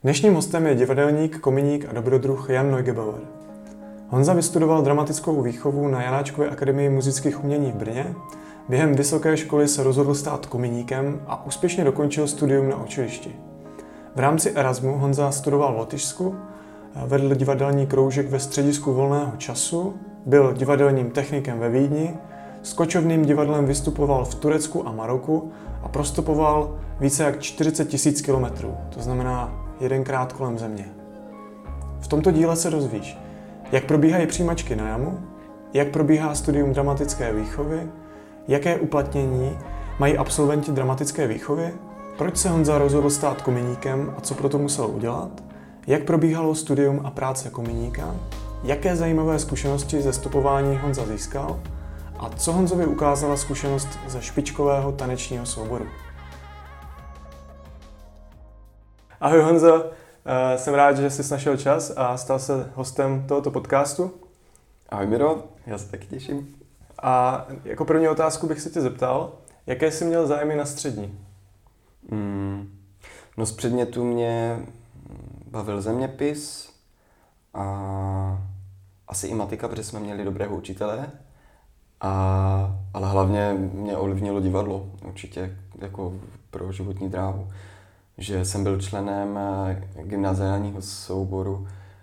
Dnešním hostem je divadelník, kominík a dobrodruh Jan Neugebauer. Honza vystudoval dramatickou výchovu na Janáčkově akademii múzických umění v Brně. Během vysoké školy se rozhodl stát kominíkem a úspěšně dokončil studium na učilišti. V rámci Erasmu Honza studoval v Lotyšsku, vedl divadelní kroužek ve středisku volného času, byl divadelním technikem ve Vídni, s kočovným divadlem vystupoval v Turecku a Maroku a prostopoval více jak 40 000 kilometrů, to znamená jedenkrát kolem země. V tomto díle se dozvíš, jak probíhají přijímačky na JAMu, jak probíhá studium dramatické výchovy, jaké uplatnění mají absolventi dramatické výchovy, proč se Honza rozhodl stát kominíkem a co proto musel udělat, jak probíhalo studium a práce kominíka, jaké zajímavé zkušenosti ze stopování Honza získal a co Honzovi ukázala zkušenost ze špičkového tanečního souboru. Ahoj Honzo, jsem rád, že jsi našel čas a stal se hostem tohoto podcastu. Ahoj Miro, já se taky těším. A jako první otázku bych se tě zeptal, jaké jsi měl zájmy na střední? No z předmětu mě bavil zeměpis a asi i matika, protože jsme měli dobrého učitele. Ale hlavně mě ovlivnilo divadlo, určitě jako pro životní dráhu. Že jsem byl členem gymnaziálního souboru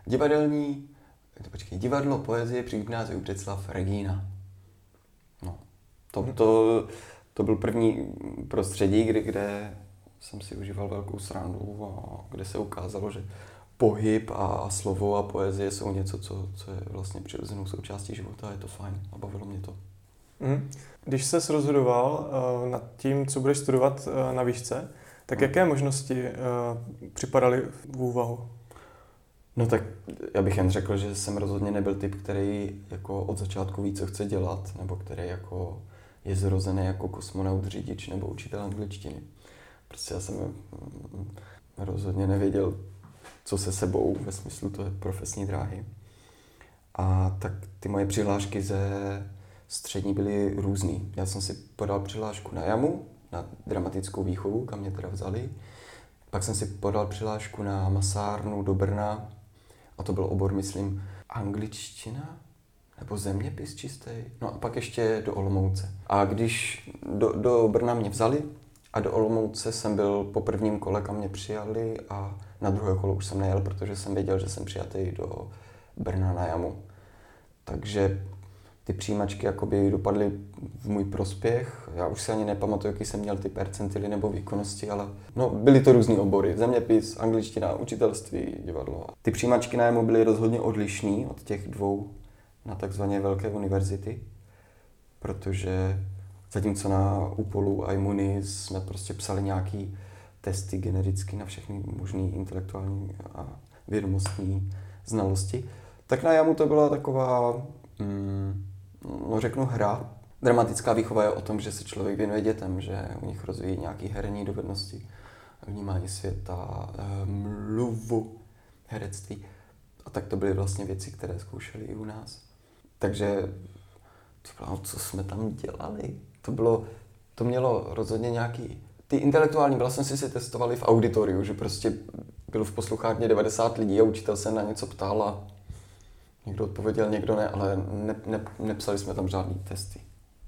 divadlo, poezie při gymnáziu Břeclav Regína. No, to byl první prostředí, kde jsem si užíval velkou srandu a kde se ukázalo, že pohyb a slovo a poezie jsou něco, co je vlastně přirozenou součástí života a je to fajn a bavilo mě to. Když ses rozhodoval nad tím, co budeš studovat na výšce, tak jaké možnosti připadaly v úvahu? No tak já bych jen řekl, že jsem rozhodně nebyl typ, který jako od začátku ví, co chce dělat, nebo který jako je zrozený jako kosmonaut, řidič nebo učitel angličtiny. Prostě já jsem rozhodně nevěděl, co se sebou ve smyslu té profesní dráhy. A tak ty moje přihlášky ze střední byly různý. Já jsem si podal přihlášku na JAMu, na dramatickou výchovu, kam mě teda vzali. Pak jsem si podal přihlášku na masárnu do Brna a to byl obor, myslím, angličtina nebo zeměpis čistý. No a pak ještě do Olomouce. A když do Brna mě vzali a do Olomouce jsem byl po prvním kole, kam mě přijali a na druhé kolo už jsem nejel, protože jsem věděl, že jsem přijatý do Brna na JAMu. Takže ty přijímačky jakoby dopadly v můj prospěch. Já už si ani nepamatuju, jaký jsem měl ty percentily nebo výkonnosti, ale no, byly to různý obory. Zeměpis, angličtina, učitelství, divadlo. Ty přijímačky na JAMu byly rozhodně odlišný od těch dvou na takzvané velké univerzity, protože zatímco na UPOLu a IMUNI jsme prostě psali nějaký testy genericky na všechny možné intelektuální a vědomostní znalosti, tak na JAMu to byla taková řeknu hra. Dramatická výchova je o tom, že se člověk věnuje dětem, že u nich rozvíjí nějaké herní dovednosti, vnímání světa, mluvu, herectví. A tak to byly vlastně věci, které zkoušeli i u nás. Takže co jsme tam dělali? To mělo rozhodně nějaký... Ty intelektuální vlastnosti si testovali v auditoriu, že prostě byl v posluchárně 90 lidí a učitel se na něco ptal a někdo odpověděl, někdo ne, ale nepsali jsme tam žádný testy.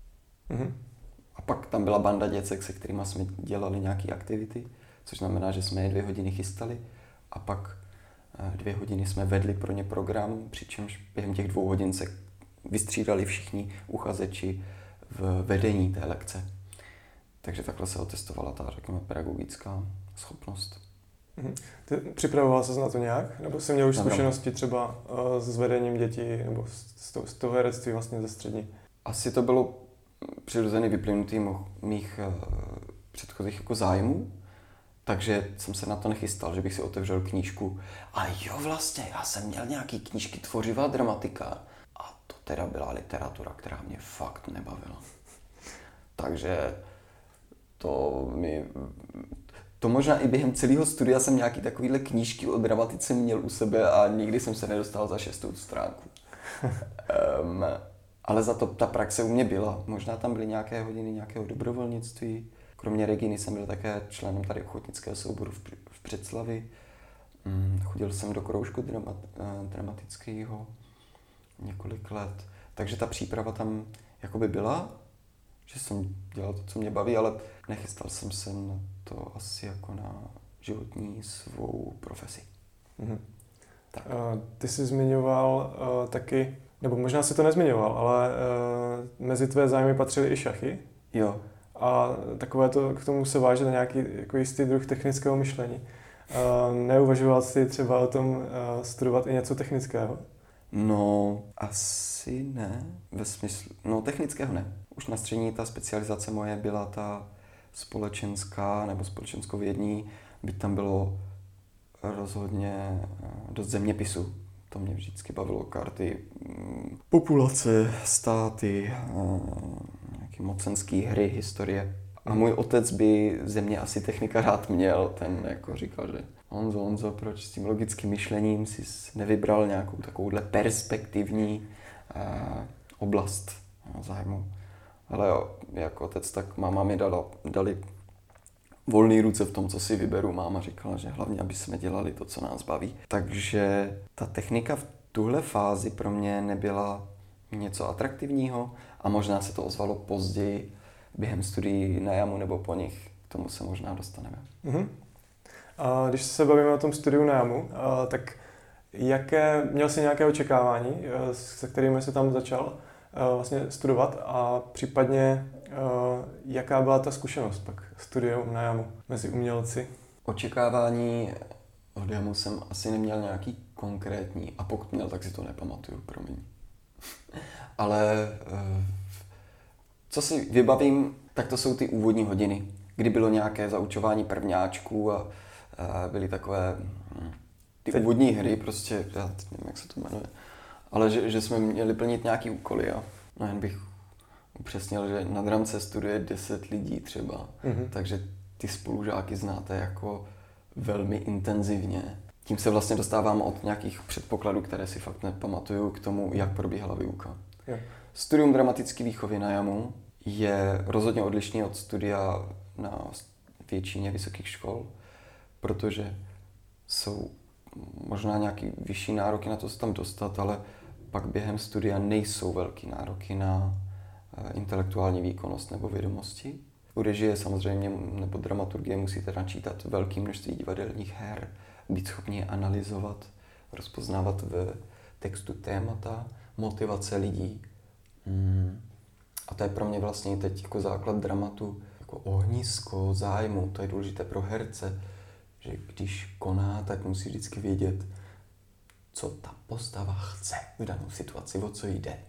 A pak tam byla banda děcek, se kterými jsme dělali nějaké aktivity, což znamená, že jsme je 2 hodiny chystali a pak 2 hodiny jsme vedli pro ně program, přičemž během těch 2 hodin se vystřídali všichni uchazeči v vedení té lekce. Takže takhle se otestovala ta, řekněme, pedagogická schopnost. Ty připravoval ses na to nějak? Nebo jsi měl už zkušenosti třeba s vedením dětí nebo z toho herectví vlastně ze střední? Asi to bylo přirozený vyplynutý mých předchozích jako zájmů, takže jsem se na to nechystal, že bych si otevřel knížku. A jo, vlastně, já jsem měl nějaký knížky tvořivá dramatika a to teda byla literatura, která mě fakt nebavila. Takže to možná i během celého studia jsem nějaký takovýhle knížky o dramatice měl u sebe a nikdy jsem se nedostal za 6. stránku. Ale za to ta praxe u mě byla. Možná tam byly nějaké hodiny nějakého dobrovolnictví. Kromě Reginy jsem byl také členem tady ochotnického souboru v Břeclavi. Chodil jsem do kroužku dramatického několik let, takže ta příprava tam jakoby byla, že jsem dělal to, co mě baví, ale nechystal jsem se na to asi jako na životní svou profesi. Mm-hmm. Tak. Ty jsi zmiňoval taky, nebo možná si to nezmiňoval, ale mezi tvé zájmy patřily i šachy. Jo. A takové to, k tomu se váže na nějaký jako jistý druh technického myšlení. Neuvažoval jsi třeba o tom studovat i něco technického? No, asi ne. Ve smyslu, no technického ne. Už na střední ta specializace moje byla ta společenská nebo společenskovědní, byť tam bylo rozhodně dost zeměpisu. To mě vždycky bavilo, karty, populace, státy, nějaké mocenské hry, historie. A můj otec by ze mě asi technika rád měl, ten jako říkal, že Honzo, proč s tím logickým myšlením si nevybral nějakou takovouhle perspektivní oblast zájmu. Ale jo, jako otec, tak máma mi dali volné ruce v tom, co si vyberu. Máma říkala, že hlavně, aby jsme dělali to, co nás baví. Takže ta technika v tuhle fázi pro mě nebyla něco atraktivního a možná se to ozvalo později během studií na JAMu nebo po nich. K tomu se možná dostaneme. Mm-hmm. A když se bavíme o tom studiu na JAMu, tak měl jsi nějaké očekávání, se kterými jsi tam začal vlastně studovat a případně jaká byla ta zkušenost pak studium na JAMu mezi umělci? Očekávání od JAMu jsem asi neměl nějaký konkrétní a pokud měl, tak si to nepamatuju, promiň. Ale co si vybavím, tak to jsou ty úvodní hodiny, kdy bylo nějaké zaučování prvňáčků a byly takové ty úvodní hry, prostě, já nevím, jak se to jmenuje, ale že jsme měli plnit nějaký úkoly a no jen bych upřesnil, že na dramce studuje 10 lidí třeba, takže ty spolužáky znáte jako velmi intenzivně. Tím se vlastně dostávám od nějakých předpokladů, které si fakt nepamatuju k tomu, jak probíhala výuka. Jo. Studium dramatické výchovy na JAMu je rozhodně odlišný od studia na většině vysokých škol, protože jsou možná nějaký vyšší nároky na to se tam dostat, ale pak během studia nejsou velký nároky na intelektuální výkonnost nebo vědomosti. U režie samozřejmě nebo dramaturgie musíte načítat velké množství divadelních her, být schopni je analyzovat, rozpoznávat v textu témata, motivace lidí. A to je pro mě vlastně teď jako základ dramatu, jako ohnisko zájmu, to je důležité pro herce, že když koná, tak musí vždycky vědět, co ta postava chce v danou situaci, o co jde.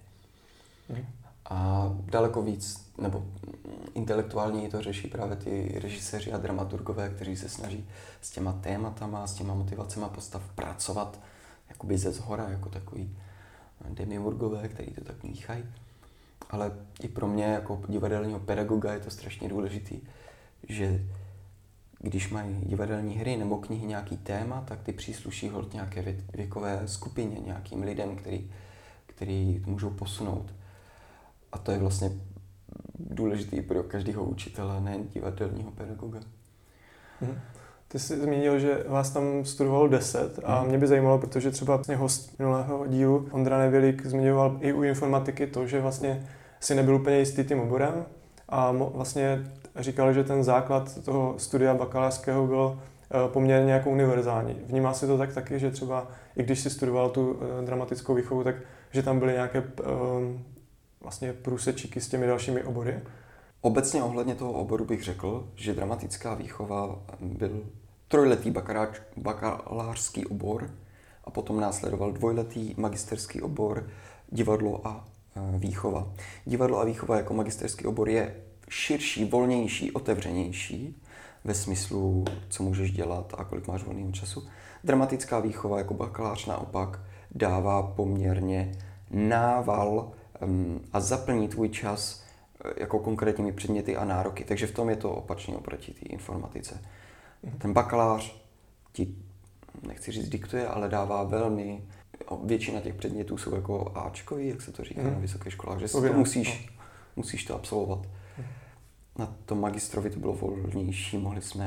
A daleko víc, nebo intelektuálně to řeší právě ty režiséři a dramaturgové, kteří se snaží s těma tématama, s těma motivacema postav pracovat jakoby ze zhora, jako takový demiurgové, který to tak míchají. Ale i pro mě jako divadelního pedagoga je to strašně důležitý, že když mají divadelní hry nebo knihy nějaký téma, tak ty přísluší holt nějaké věkové skupině, nějakým lidem, který můžou posunout. A to je vlastně důležitý pro každého učitele, nejen divadelního pedagoga. Ty jsi zmínil, že vás tam studovalo 10 a mě by zajímalo, protože třeba vlastně host minulého dílu Ondra Nevělík zmiňoval i u informatiky to, že vlastně si nebyl úplně jistý tím oborem a vlastně říkal, že ten základ toho studia bakalářského byl poměrně jako univerzální. Vnímá si to tak taky, že třeba i když si studoval tu dramatickou výchovu, tak že tam byly nějaké vlastně průsečíky s těmi dalšími obory? Obecně ohledně toho oboru bych řekl, že dramatická výchova byl 3letý bakalářský obor a potom následoval 2letý magisterský obor divadlo a výchova. Divadlo a výchova jako magisterský obor je širší, volnější, otevřenější ve smyslu, co můžeš dělat a kolik máš volného času. Dramatická výchova jako bakalář naopak dává poměrně nával a zaplní tvůj čas jako konkrétními předměty a nároky. Takže v tom je to opačně oproti té informatice. Ten bakalář ti, nechci říct diktuje, ale dává velmi, většina těch předmětů jsou jako áčkový, jak se to říká na vysoké školách, že si to musíš to absolvovat. Na tom magistrovi to bylo volnější, mohli jsme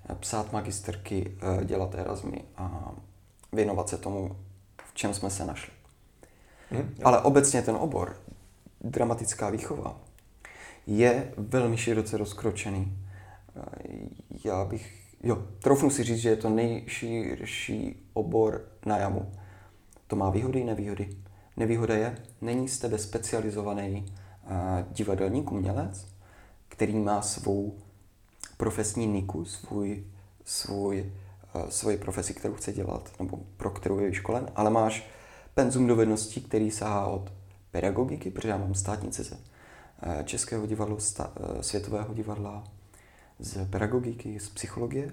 psát magisterky, dělat Erasmy a věnovat se tomu, v čem jsme se našli. Ale obecně ten obor, dramatická výchova, je velmi široce rozkročený. Troufnu si říct, že je to nejširší obor na jamu. To má výhody i nevýhody. Nevýhoda je, není z tebe specializovaný divadelník, umělec, který má svou profesní niku, svoji profesi, kterou chce dělat, nebo pro kterou je vyškolen, ale máš penzum dovedností, který sahá od pedagogiky, protože já mám státnice ze Českého divadla, Světového divadla, z pedagogiky, z psychologie,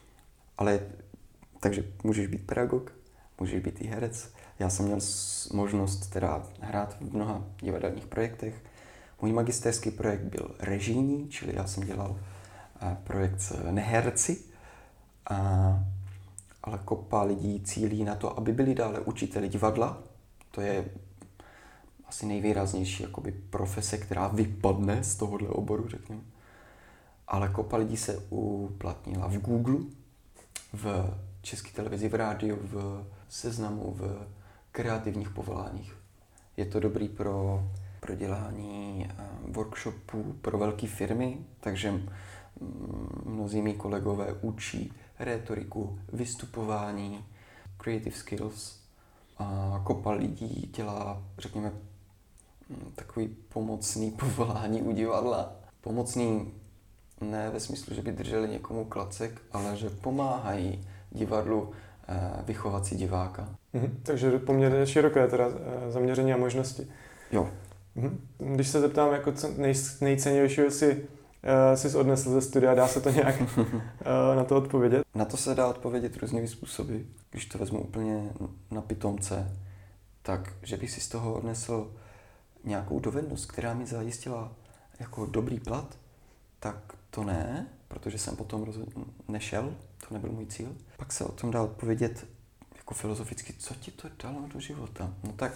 takže můžeš být pedagog, můžeš být i herec. Já jsem měl možnost teda hrát v mnoha divadelních projektech. Můj magisterský projekt byl režijní, čili já jsem dělal projekt s neherci, ale kopa lidí cílí na to, aby byli dále učiteli divadla. To je asi nejvýraznější jakoby profese, která vypadne z tohohle oboru, řekněme. Ale kopa lidí se uplatnila v Google, v České televizi, v rádiu, v Seznamu, v kreativních povoláních. Je to dobrý pro dělání workshopů pro velké firmy, takže mnozí mý kolegové učí rétoriku, vystupování, creative skills. A kopa lidí dělá, řekněme, takový pomocný povolání u divadla. Pomocný ne ve smyslu, že by drželi někomu klacek, ale že pomáhají divadlu vychovat si diváka. Takže poměrně široké teda zaměření a možnosti. Jo. Když se zeptám, jako nejcennějšího si odnesl ze studia, dá se to nějak na to odpovědět? Na to se dá odpovědět různými způsoby. Když to vezmu úplně na pitomce, tak že bych si z toho odnesl nějakou dovednost, která mi zajistila jako dobrý plat, tak to ne, protože jsem potom nešel, to nebyl můj cíl. Pak se o tom dá odpovědět jako filozoficky, co ti to dalo do života. No tak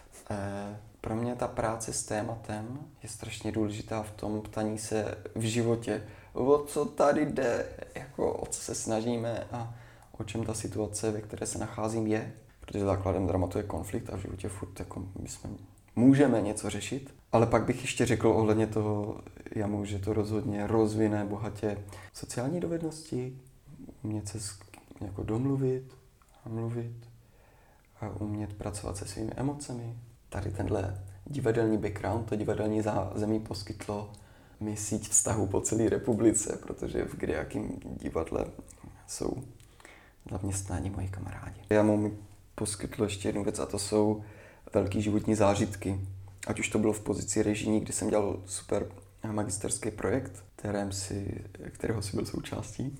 pro mě ta práce s tématem je strašně důležitá v tom ptaní se v životě, o co tady jde, jako o co se snažíme a o čem ta situace, ve které se nacházím, je. Protože základem dramatu je konflikt a v životě furt jako můžeme něco řešit. Ale pak bych ještě řekl ohledně toho jamu, že to rozhodně rozvine bohatě sociální dovednosti, umět se jako domluvit a mluvit a umět pracovat se svými emocemi. Tady tenhle divadelní background, to divadelní zázemí poskytlo mi síť vztahů po celé republice, protože v kdejakým divadle jsou zaměstnáni moji kamarádi. Jamu mi poskytlo ještě jednu věc a to jsou velký životní zážitky. Ať už to bylo v pozici režijní, kdy jsem dělal super magisterský projekt, kterého si byl součástí.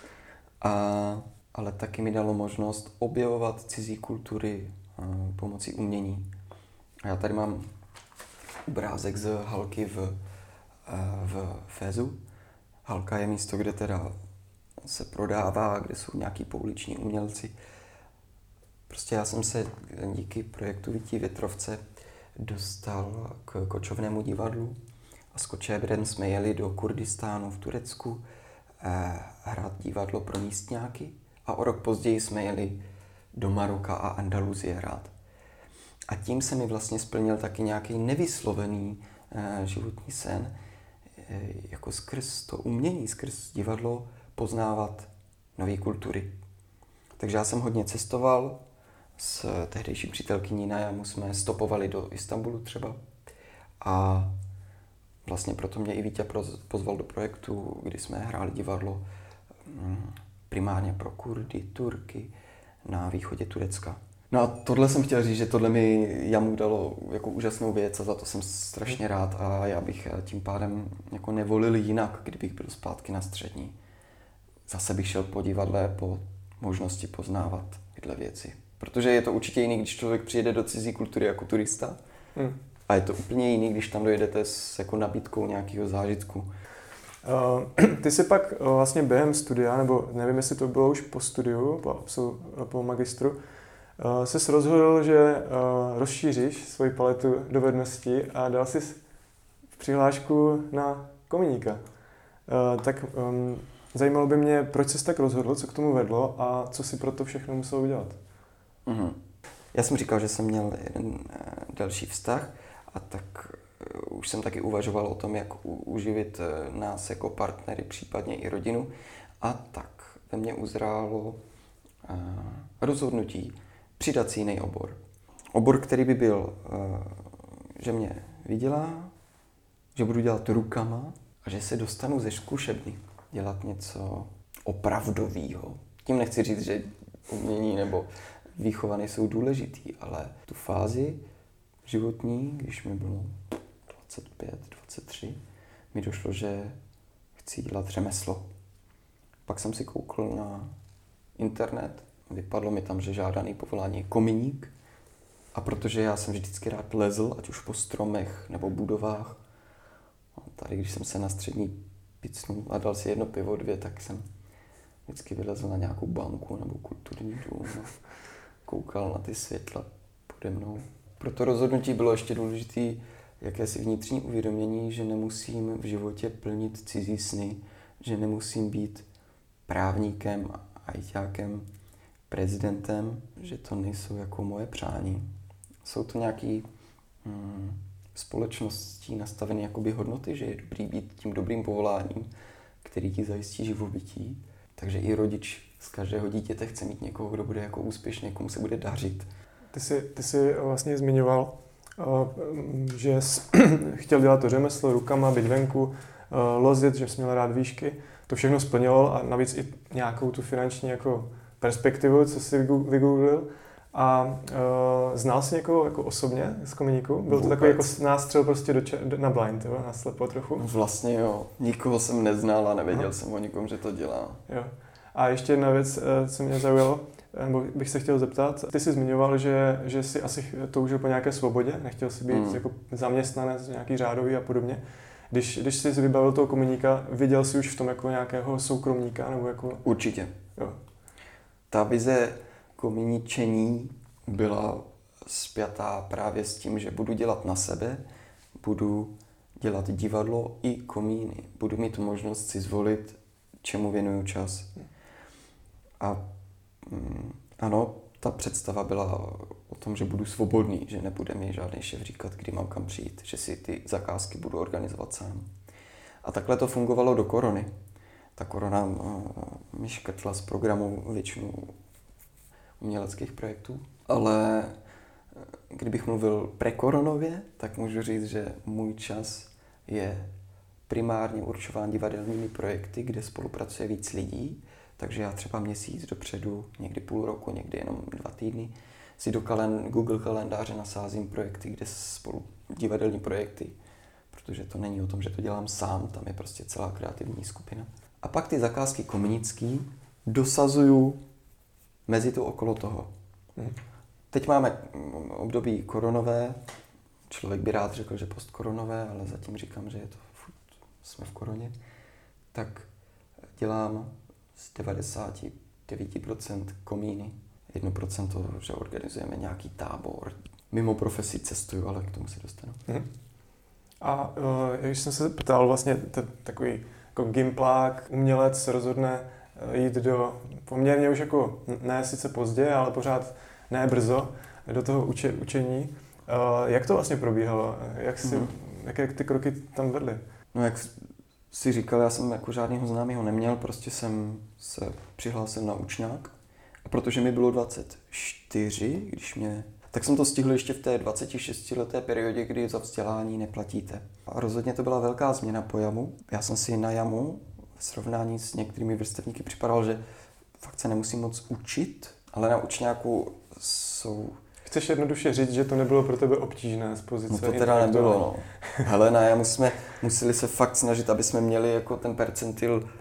Ale taky mi dalo možnost objevovat cizí kultury pomocí umění. A já tady mám obrázek z halky v Fézu. Halka je místo, kde teda se prodává, kde jsou nějaký pouliční umělci. Prostě já jsem se díky projektu Vytí větrovce dostal k kočovnému divadlu a s kočebrem jsme jeli do Kurdistánu v Turecku hrát divadlo pro místňáky a o rok později jsme jeli do Maroka a Andaluzie hrát. A tím se mi vlastně splnil taky nějaký nevyslovený životní sen, jako skrz to umění, skrz divadlo poznávat nové kultury. Takže já jsem hodně cestoval, s tehdejší přítelkyní na jamu jsme stopovali do Istanbulu třeba a vlastně proto mě i Vítě pozval do projektu, kdy jsme hráli divadlo primárně pro Kurdy, Turky na východě Turecka. No a tohle jsem chtěl říct, že tohle mi jamu dalo jako úžasnou věc a za to jsem strašně rád a já bych tím pádem jako nevolil jinak, kdybych byl zpátky na střední. Zase bych šel po divadle po možnosti poznávat tyhle věci. Protože je to určitě jiný, když člověk přijede do cizí kultury jako turista a je to úplně jiný, když tam dojedete s jako nabídkou nějakého zážitku. Ty jsi pak vlastně během studia, nebo nevím, jestli to bylo už po studiu, po magistru, jsi rozhodl, že rozšíříš svoji paletu dovedností a dal jsi přihlášku na kominíka. Tak Zajímalo by mě, proč jsi tak rozhodl, co k tomu vedlo a co si pro to všechno musel udělat. Já jsem říkal, že jsem měl jeden další vztah a tak už jsem taky uvažoval o tom, jak uživit nás jako partnery, případně i rodinu. A tak ve mně uzrálo rozhodnutí přidat si jiný obor. Obor, který by byl, že mě vydělá, že budu dělat rukama a že se dostanu ze zkušebny dělat něco opravdového. Tím nechci říct, že umění nebo výchova nejsou důležitý, ale tu fázi životní, když mi bylo 25, 23, mi došlo, že chci dělat řemeslo. Pak jsem si koukl na internet, vypadlo mi tam, že žádaný povolání je kominík. A protože já jsem vždycky rád lezl, ať už po stromech nebo budovách, a tady když jsem se na střední picnul a dal si jedno pivo, 2, tak jsem vždycky vylezl na nějakou banku nebo kulturní dům a koukal na ty světla pode mnou. Pro to rozhodnutí bylo ještě důležité jakési vnitřní uvědomění, že nemusím v životě plnit cizí sny, že nemusím být právníkem, ajťákem, prezidentem, že to nejsou jako moje přání. Jsou to nějaký společností nastavené jakoby hodnoty, že je dobrý být tím dobrým povoláním, který ti zajistí živobytí. Takže i rodič z každého dítěte chce mít někoho, kdo bude jako úspěšný, komu se bude dařit. Ty jsi vlastně zmiňoval, že jsi chtěl dělat to řemeslo rukama, být venku, lozit, že jsi měl rád výšky. To všechno splnilo a navíc i nějakou tu finanční jako perspektivu, co jsi vygooglil. A znal jsi někoho jako osobně z kominíku? Byl to takový jako nástřel prostě na blind, jo? Na slepo trochu? Vlastně jo. Nikoho jsem neznal a nevěděl jsem o nikom, že to dělá. Jo. A ještě jedna věc, co mě zaujalo, nebo bych se chtěl zeptat. Ty jsi zmiňoval, že jsi asi toužil po nějaké svobodě, nechtěl si být jako zaměstnanec, nějaký řádový a podobně. Když jsi vybavil toho kominíka, viděl jsi už v tom jako nějakého soukromníka? Nebo jako... Určitě. Jo. Ta vize komíničení byla spjatá právě s tím, že budu dělat na sebe, budu dělat divadlo i komíny. Budu mít možnost si zvolit, čemu věnuju čas. A ano, ta představa byla o tom, že budu svobodný, že nebude mi žádný šéf říkat, kdy mám kam přijít, že si ty zakázky budu organizovat sám. A takhle to fungovalo do korony. Ta korona mi škrtla z programu většinu uměleckých projektů, ale kdybych mluvil prekoronově, tak můžu říct, že můj čas je primárně určován divadelními projekty, kde spolupracuje víc lidí, takže já třeba měsíc dopředu, někdy půl roku, někdy jenom 2 týdny, si do Google kalendáře nasázím projekty, kde spolu divadelní projekty, protože to není o tom, že to dělám sám, tam je prostě celá kreativní skupina. A pak ty zakázky komunický dosazuju mezi to okolo toho. Teď máme období koronové, člověk by rád řekl, že postkoronové, ale zatím říkám, že je to jsme v koroně, tak dělám z 99% komíny, 1% že organizujeme nějaký tábor. Mimo profesi cestuju, ale k tomu se dostanu. A když jsem se ptal, vlastně takový jako gimplák, umělec se rozhodne jít do poměrně už jako ne sice pozdě, ale pořád ne brzo do toho učení. Jak to vlastně probíhalo? Jaké ty kroky tam vedly? No jak si říkal, já jsem jako žádného známého neměl, prostě jsem se přihlásil na učňák. A protože mi bylo 24, tak jsem to stihl ještě v té 26leté periodě, kdy za vzdělání neplatíte. A rozhodně to byla velká změna po jamu. Já jsem si na jamu v srovnání s některými vrstevníky připadal, že fakt se nemusím moc učit, ale na učňáku jsou... Chceš jednoduše říct, že to nebylo pro tebe obtížné z pozice? No to teda nebylo, no. Hele, na jamu jsme museli se fakt snažit, aby jsme měli jako ten percentil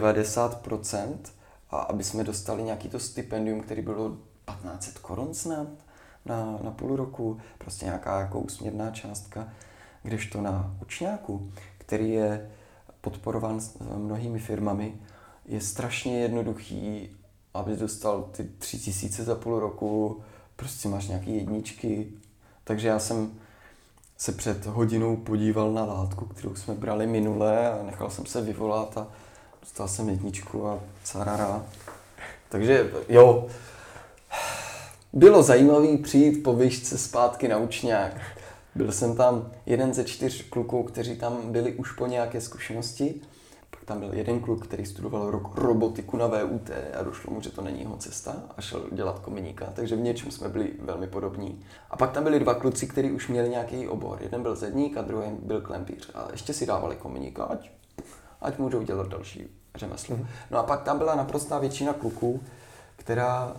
90% a aby jsme dostali nějaký to stipendium, který bylo 1500 korun snad na půl roku, prostě nějaká jako úsměvná částka, kdežto na učňáku, který je podporován mnohými firmami, je strašně jednoduchý, aby dostal ty 3000 za půl roku, prostě máš nějaký jedničky. Takže já jsem se před hodinou podíval na látku, kterou jsme brali minule a nechal jsem se vyvolat a dostal jsem 1 a carara. Takže jo, bylo zajímavé přijít po výšce zpátky na učňák. Byl jsem tam jeden ze 4 kluků, kteří tam byli už po nějaké zkušenosti. Pak tam byl jeden kluk, který studoval robotiku na VUT a došlo mu, že to není jeho cesta a šel dělat kominíka, takže v něčem jsme byli velmi podobní. A pak tam byli 2 kluci, kteří už měli nějaký obor. Jeden byl zedník a druhý byl klempíř. A ještě si dávali kominíka, ať můžou dělat další řemeslo. No a pak tam byla naprostá většina kluků, která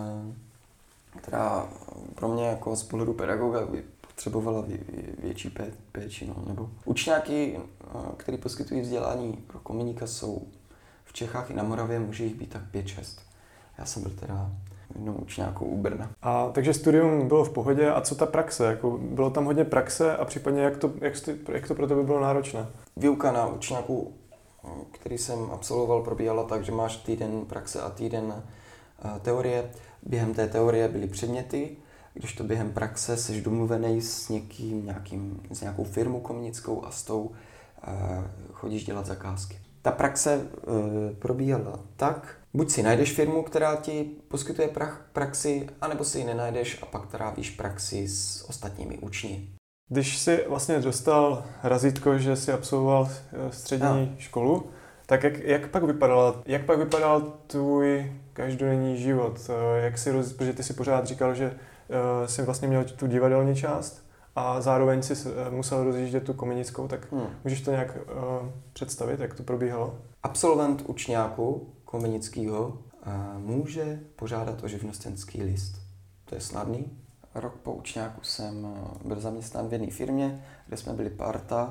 pro mě jako z pohledu pedagoga potřebovala větší péči, no, nebo učňáky, který poskytují vzdělání pro kominíka, jsou v Čechách i na Moravě, může jich být tak 5-6. Já jsem byl teda jednou učňákou u Brna. A takže studium bylo v pohodě, a co ta praxe? Jako, bylo tam hodně praxe a případně jak to pro tebe bylo náročné? Výuka na učňáku, který jsem absolvoval, probíhala tak, že máš týden praxe a týden teorie. Během té teorie byly předměty, když to během praxe seš domluvený s s nějakou firmou kominickou a s tou chodíš dělat zakázky. Ta praxe probíhala tak, buď si najdeš firmu, která ti poskytuje praxi, anebo si ji nenajdeš a pak trávíš praxi s ostatními učni. Když jsi vlastně dostal razítko, že jsi absolvoval střední školu, tak jak pak vypadal tvůj každodenní život? Protože ty si pořád říkal, že jsi vlastně měl tu divadelní část a zároveň si musel rozjíždět tu kominickou, tak můžeš to nějak představit, jak to probíhalo? Absolvent učňáku kominického může požádat o živnostenský list. To je snadný. Rok po učňáku jsem byl zaměstnán v jedné firmě, kde jsme byli parta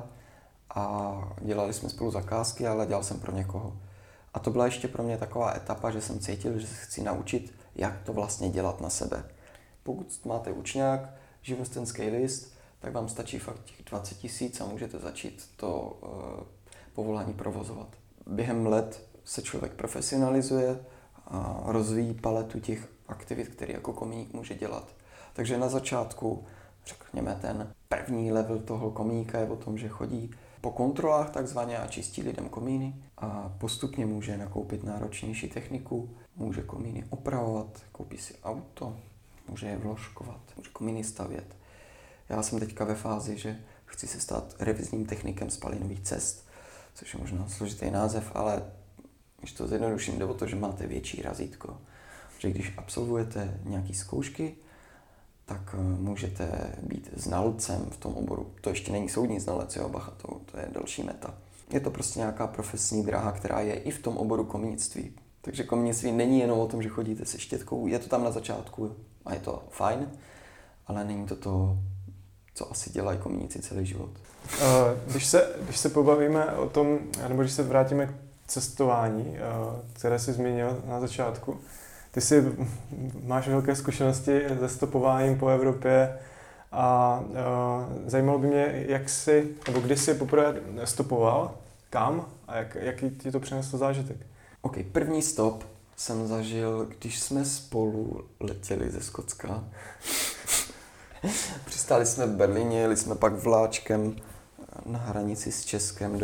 a dělali jsme spolu zakázky, ale dělal jsem pro někoho. A to byla ještě pro mě taková etapa, že jsem cítil, že se chci naučit, jak to vlastně dělat na sebe. Pokud máte učňák, živnostenský list, tak vám stačí fakt těch 20 000 a můžete začít to povolání provozovat. Během let se člověk profesionalizuje a rozvíjí paletu těch aktivit, které jako kominík může dělat. Takže na začátku, řekněme, ten první level toho kominíka je o tom, že chodí po kontrolách takzvaně a čistí lidem komíny a postupně může nakoupit náročnější techniku, může komíny opravovat, koupí si auto, může je vložkovat, může komíny stavět. Já jsem teďka ve fázi, že chci se stát revizním technikem spalinových cest, což je možná složitý název, ale když to zjednoduším, jde o to, že máte větší razítko. Že když absolvujete nějaké zkoušky, tak můžete být znalcem v tom oboru. To ještě není soudní znalec, jo, bacha, to je další meta. Je to prostě nějaká profesní dráha, která je i v tom oboru kominictví. Takže kominictví není jenom o tom, že chodíte se štětkou, je to tam na začátku a je to fajn, ale není to, co asi dělají kominíci celý život. Když se pobavíme o tom, nebo když se vrátíme k cestování, které jsi zmínil na začátku, ty máš velké zkušenosti se stopováním po Evropě a zajímalo by mě, kdy jsi poprvé stopoval, kam a jaký ti to přineslo zážitek? OK, první stop jsem zažil, když jsme spolu letěli ze Skotska. Přistáli jsme v Berlíně, jeli jsme pak vláčkem na hranici s Českem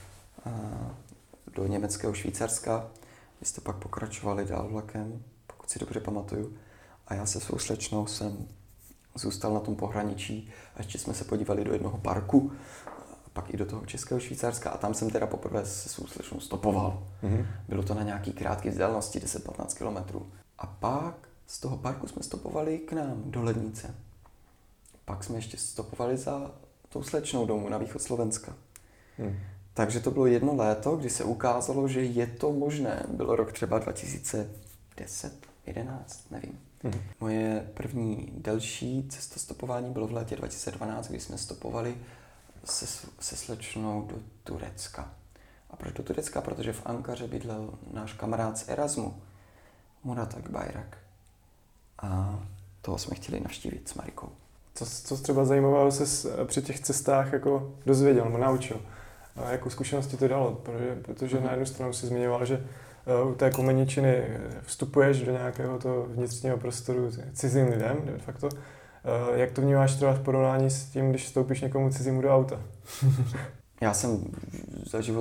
do německého Švýcarska. Vy jste pak pokračovali dál vlakem, pokud si dobře pamatuju. A já se svou slečnou jsem zůstal na tom pohraničí a ještě jsme se podívali do jednoho parku, a pak i do toho českého Švýcarska a tam jsem teda poprvé se svou slečnou stopoval. Mm-hmm. Bylo to na nějaký krátké vzdálenosti, 10-15 kilometrů. A pak z toho parku jsme stopovali k nám do Lednice. Pak jsme ještě stopovali za tou slečnou domů na východ Slovenska. Takže to bylo jedno léto, kdy se ukázalo, že je to možné. Bylo rok třeba 2010, 11, nevím. Moje první delší cestostopování bylo v létě 2012, kdy jsme stopovali se slečnou do Turecka. A proč do Turecka? Protože v Ankaře bydlel náš kamarád z Erasmu, Murat Akbayrak. A toho jsme chtěli navštívit s Marikou. Co třeba zajímavého se při těch cestách jako dozvěděl nebo naučil? A jakou zkušenost ti to dalo? Protože na jednu stranu si zmiňoval, že u té komeničiny vstupuješ do nějakého toho vnitřního prostoru cizím lidem, de facto. Jak to vnímáš třeba v porovnání s tím, když vstoupíš někomu cizímu do auta? Já jsem za život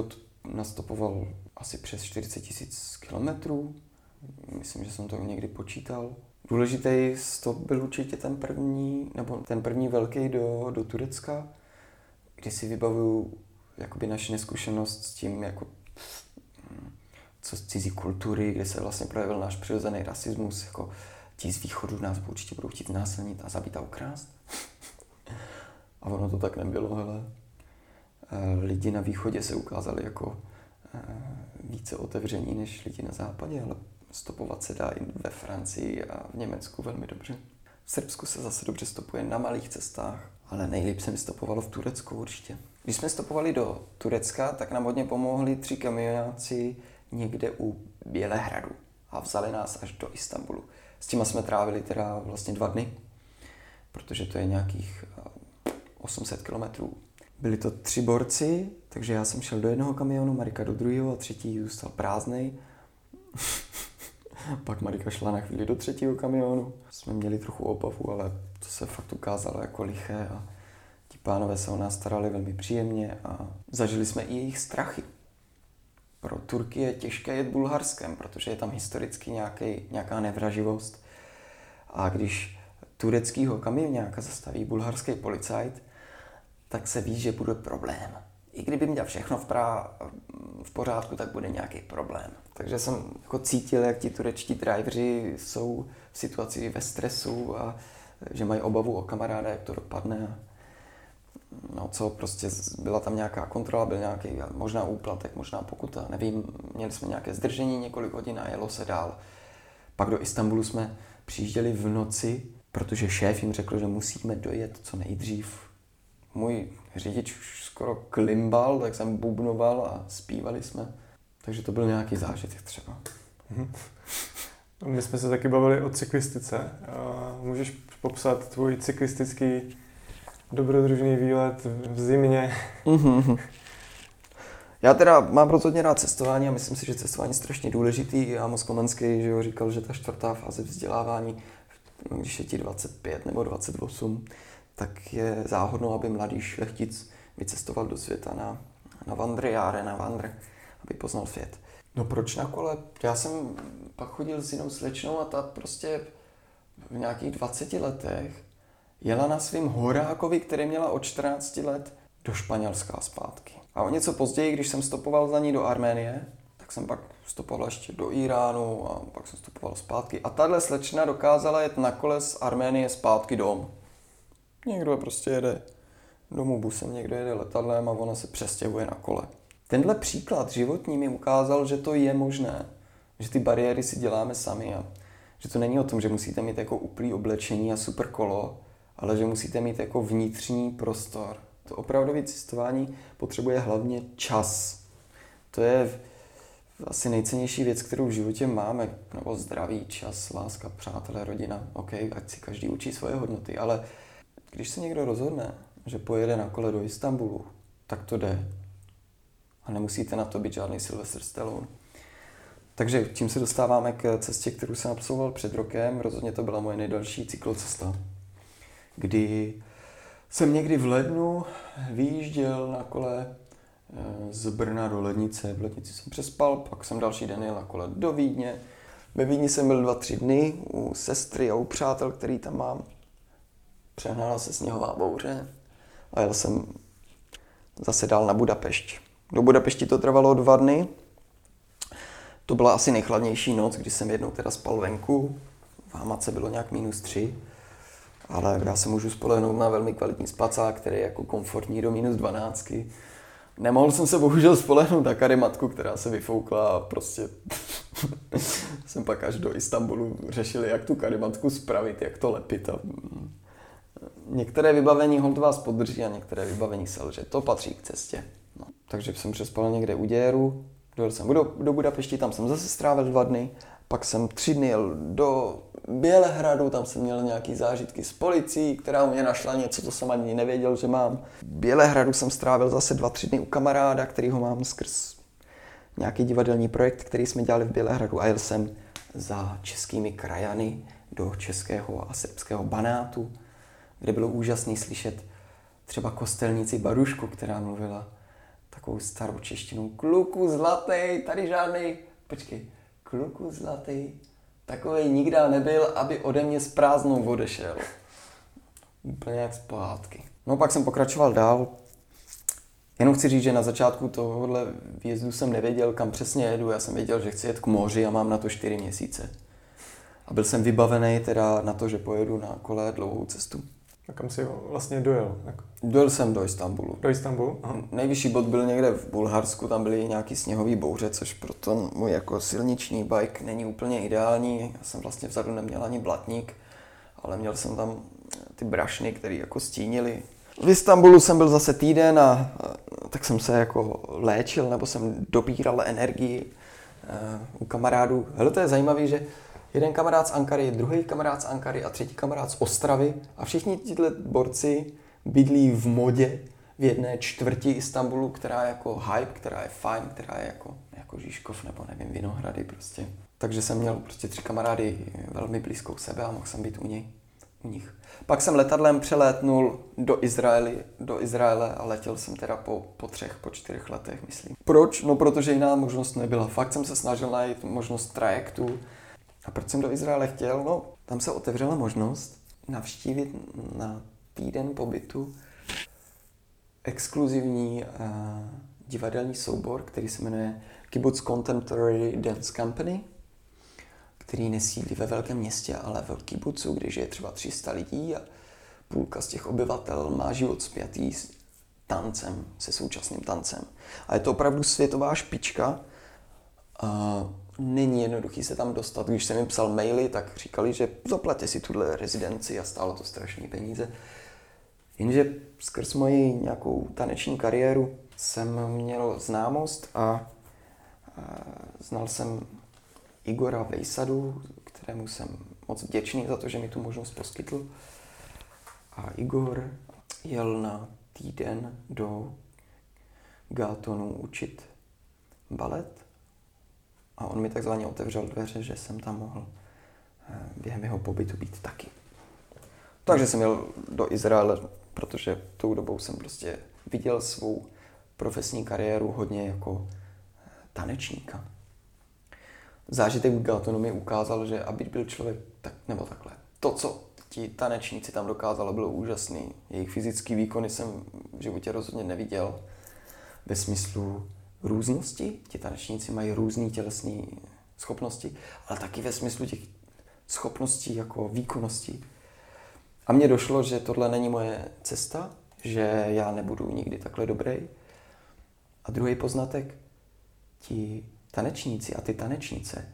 nastopoval asi přes 40 000 kilometrů. Myslím, že jsem to někdy počítal. Důležitý stop byl určitě ten první velký do Turecka, kdy si vybavuju jakoby naši neskušenost s tím, jako co z cizí kultury, kde se vlastně projevil náš přirozený rasismus, jako ti z východu nás určitě budou chtít znásilnit a zabít a ukrást. A ono to tak nebylo, hele. Lidi na východě se ukázali jako více otevření než lidi na západě, ale stopovat se dá i ve Francii a v Německu velmi dobře. V Srbsku se zase dobře stopuje na malých cestách, ale nejlíp se mi stopovalo v Turecku určitě. Když jsme stopovali do Turecka, tak nám hodně pomohli 3 kamionáci někde u Bělehradu a vzali nás až do Istanbulu. S těma jsme trávili teda vlastně 2 dny, protože to je nějakých 800 kilometrů. Byli to 3 borci, takže já jsem šel do jednoho kamionu, Marika do druhého a třetí zůstal prázdnej. Pak Marika šla na chvíli do 3. kamionu. Jsme měli trochu obavu, ale to se fakt ukázalo jako liché a ti pánové se o nás starali velmi příjemně a zažili jsme i jejich strachy. Pro Turky je těžké jet Bulharskem, protože je tam historicky nějaká nevraživost. A když tureckýho kamionáka zastaví bulharský policajt, tak se ví, že bude problém. I kdyby měl všechno v pořádku, tak bude nějaký problém. Takže jsem jako cítil, jak ti turečtí driveri jsou v situaci ve stresu a že mají obavu o kamaráda, jak to dopadne. No co, prostě byla tam nějaká kontrola, byl nějaký možná úplatek, možná pokuta, nevím, měli jsme nějaké zdržení několik hodin a jelo se dál. Pak do Istanbulu jsme přijížděli v noci, protože šéf jim řekl, že musíme dojet co nejdřív. Můj řidič už skoro klimbal, tak jsem bubnoval a zpívali jsme. Takže to byl nějaký zážitek třeba. My jsme se taky bavili o cyklistice. Můžeš popsat tvůj cyklistický dobrodružný výlet v zimě? Já teda mám rozhodně rád cestování a myslím si, že cestování je strašně důležitý. Amos Komenský, že jo, říkal, že ta 4. fáze vzdělávání, když je ti 25 nebo 28, tak je záhodno, aby mladý šlechtic vycestoval do světa na vandry, aby poznal svět. No proč na kole? Já jsem pak chodil s jinou slečnou a ta prostě v nějakých 20 letech jela na svým horákovi, který měla od 14 let, do Španělska zpátky. A o něco později, když jsem stopoval za ní do Arménie, tak jsem pak stopoval ještě do Iránu a pak jsem stopoval zpátky. A tahle slečna dokázala jet na kole z Arménie zpátky domů. Někdo prostě jede domů busem, někdo jede letadlem a ona se přestěhuje na kole. Tenhle příklad životní mi ukázal, že to je možné, že ty bariéry si děláme sami a že to není o tom, že musíte mít jako úplný oblečení a super kolo, ale že musíte mít jako vnitřní prostor. To opravdové cestování potřebuje hlavně čas. To je asi nejcennější věc, kterou v životě máme, nebo zdraví, čas, láska, přátelé, rodina. OK, ať si každý učí svoje hodnoty, ale když se někdo rozhodne, že pojede na kole do Istanbulu, tak to jde. A nemusíte na to být žádný Sylvester Stallone. Takže tím se dostáváme k cestě, kterou jsem absolvoval před rokem. Rozhodně to byla moje nejdelší cyklocesta, kdy jsem někdy v lednu vyjížděl na kole z Brna do Lednice. V Lednici jsem přespal, pak jsem další den jel na kole do Vídně. Ve Vídni jsem byl 2-3 dny u sestry a u přátel, který tam mám. Přehnala se sněhová bouře a jel jsem zase dál na Budapešť. Do Budapešti to trvalo 2 dny. To byla asi nejchladnější noc, kdy jsem jednou teda spal venku. V Hamace bylo nějak -3. Ale já se můžu spolehnout na velmi kvalitní spacák, který je jako komfortní do -12. Nemohl jsem se bohužel spolehnout na karimatku, která se vyfoukla a prostě jsem pak až do Istanbulu řešil, jak tu karimatku spravit, jak to lepit. A některé vybavení hold vás podrží a některé vybavení selže. To patří k cestě. No. Takže jsem přespal někde u Děru, dojel jsem do Budapešti, tam jsem zase strávil 2 dny, pak jsem 3 dny jel do Bělehradu, tam jsem měl nějaký zážitky s policií, která u mě našla něco, co jsem ani nevěděl, že mám. V Bělehradu jsem strávil zase 2-3 dny u kamaráda, kterýho mám skrz nějaký divadelní projekt, který jsme dělali v Bělehradu a jel jsem za českými krajany do českého a srbského Banátu, kde bylo úžasný slyšet třeba kostelnici Barušku, která mluvila takovou starou češtinu. Kluku zlatý, tady žádnej, počkej, kluku zlatý, takovej nikdy nebyl, aby ode mě s prázdnou odešel. Úplně jak z pohádky. No pak jsem pokračoval dál. Jenom chci říct, že na začátku tohohle výjezdu jsem nevěděl, kam přesně jedu. Já jsem věděl, že chci jet k moři a mám na to 4 měsíce. A byl jsem vybavený teda na to, že pojedu na kole dlouhou cestu. A kam jsi vlastně dojel? Dojel jsem do Istanbulu. Do Istanbulu? Aha. Nejvyšší bod byl někde v Bulharsku, tam byly nějaký sněhový bouře, což pro ten můj jako silniční bike není úplně ideální. Já jsem vlastně vzadu neměl ani blatník, ale měl jsem tam ty brašny, které jako stínily. V Istanbulu jsem byl zase týden a tak jsem se jako léčil, nebo jsem dobíral energii u kamarádů. Hele, to je zajímavé, že jeden kamarád z Ankary, druhý kamarád z Ankary a třetí kamarád z Ostravy a všichni tyhle borci bydlí v Modě v jedné čtvrti Istanbulu, která je jako hype, která je fajn, která je jako Žižkov nebo nevím, Vinohrady prostě. Takže jsem měl prostě 3 kamarády velmi blízko u sebe a mohl jsem být u nich. Pak jsem letadlem přelétnul do Izraele a letěl jsem teda po 4 letech, myslím. Proč? No, protože jiná možnost nebyla. Fakt jsem se snažil najít možnost trajektu. A proč jsem do Izraele chtěl? No, tam se otevřela možnost navštívit na týden pobytu exkluzivní divadelní soubor, který se jmenuje Kibbutz Contemporary Dance Company, který nesídlí ve velkém městě, ale v kibbucu, kde žije třeba 300 lidí a půlka z těch obyvatel má život spjatý s tancem, se současným tancem. A je to opravdu světová špička. Není jednoduchý se tam dostat. Když jsem jim psal maily, tak říkali, že zaplatě si tuhle rezidenci a stálo to strašné peníze. Jenže skrz moji nějakou taneční kariéru jsem měl známost a znal jsem Igora Vejsadu, kterému jsem moc vděčný za to, že mi tu možnost poskytl. A Igor jel na týden do Gatonu učit balet a on mi takzvaně otevřel dveře, že jsem tam mohl během jeho pobytu být taky. Takže jsem jel do Izraele, protože tou dobou jsem prostě viděl svou profesní kariéru hodně jako tanečníka. Zážitek v Gatonu mi ukázal, že aby byl člověk nebo takhle. To, co ti tanečníci tam dokázali, bylo úžasný. Jejich fyzický výkony jsem v životě rozhodně neviděl. Ve smyslu různosti. Ti tanečníci mají různé tělesné schopnosti, ale taky ve smyslu těch schopností jako výkonností. A mně došlo, že tohle není moje cesta, že já nebudu nikdy takhle dobrý. A druhý poznatek, ti tanečníci a ty tanečnice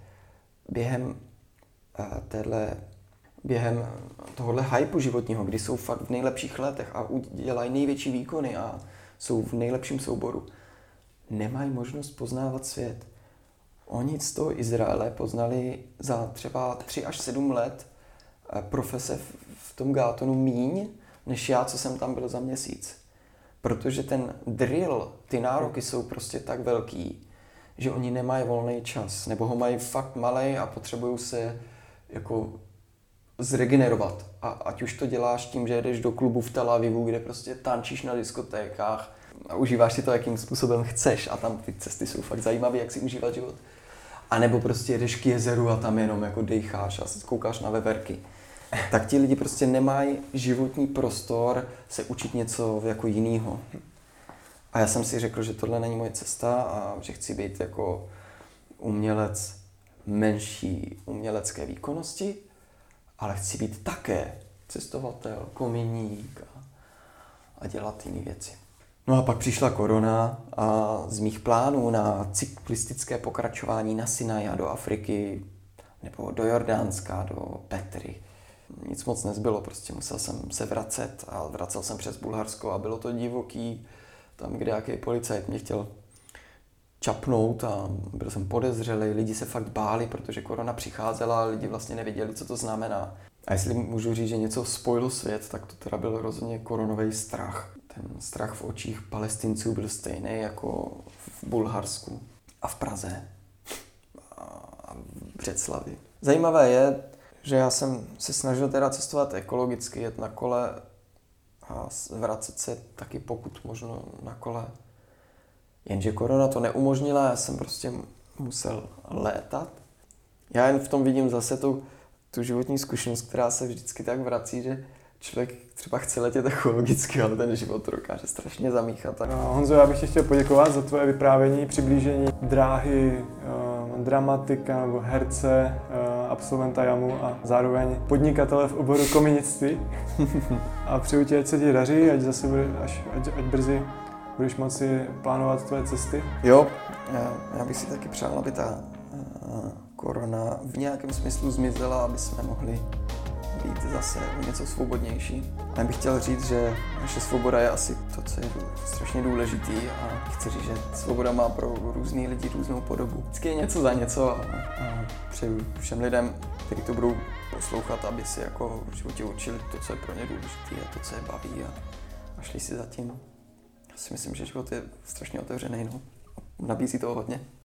během tohohle hypu životního, kdy jsou fakt v nejlepších letech a dělají největší výkony a jsou v nejlepším souboru, nemají možnost poznávat svět. Oni z toho Izraele poznali za třeba 3 až 7 let profese v tom Gatonu míň, než já, co jsem tam byl za měsíc. Protože ten drill, ty nároky jsou prostě tak velký, že oni nemají volný čas, nebo ho mají fakt malej a potřebují se jako zregenerovat. A ať už to děláš tím, že jedeš do klubu v Tel Avivu, kde prostě tančíš na diskotékách a užíváš si to, jakým způsobem chceš a tam ty cesty jsou fakt zajímavé, jak si užívat život. A nebo prostě jedeš k jezeru a tam jenom jako dejcháš a koukáš na veverky. Tak ti lidi prostě nemají životní prostor se učit něco jako jinýho. A já jsem si řekl, že tohle není moje cesta a že chci být jako umělec menší umělecké výkonnosti, ale chci být také cestovatel, kominík a dělat jiné věci. No a pak přišla korona a z mých plánů na cyklistické pokračování na Sinaj a do Afriky nebo do Jordánska, do Petry nic moc nezbylo, prostě musel jsem se vracet a vracel jsem přes Bulharsko a bylo to divoký, tam kde nějaký policajt mě chtěl čapnout a byl jsem podezřelý, lidi se fakt báli, protože korona přicházela a lidi vlastně nevěděli, co to znamená. A jestli můžu říct, že něco spojilo svět, tak to teda byl rozhodně koronový strach. Ten strach v očích Palestinců byl stejný jako v Bulharsku a v Praze a v Břeclavi. Zajímavé je, že já jsem se snažil teda cestovat ekologicky, jet na kole a vracet se taky pokud možno na kole. Jenže korona to neumožnila, já jsem prostě musel létat. Já jen v tom vidím zase tu životní zkušenost, která se vždycky tak vrací, že člověk třeba chce letět ekologicky, ale ten život to dokáže strašně zamíchat. Honzo, já bych ti chtěl poděkovat za tvoje vyprávění, přiblížení dráhy dramatika nebo herce, absolventa JAMu a zároveň podnikatele v oboru kominictví. A přeju ti, ať se ti daří, ať zase ať brzy budeš moci plánovat tvoje cesty. Jo, já bych si taky přál, aby ta korona v nějakém smyslu zmizela, aby jsme mohli být zase něco svobodnější. Já bych chtěl říct, že naše svoboda je asi to, co je strašně důležitý a chci říct, že svoboda má pro různý lidi různou podobu. Vždycky je něco za něco a přeju všem lidem, kteří to budou poslouchat, aby si jako v životě učili to, co je pro ně důležité a to, co je baví a šli si za tím. Já si myslím, že život je strašně otevřený, no. Nabízí toho hodně.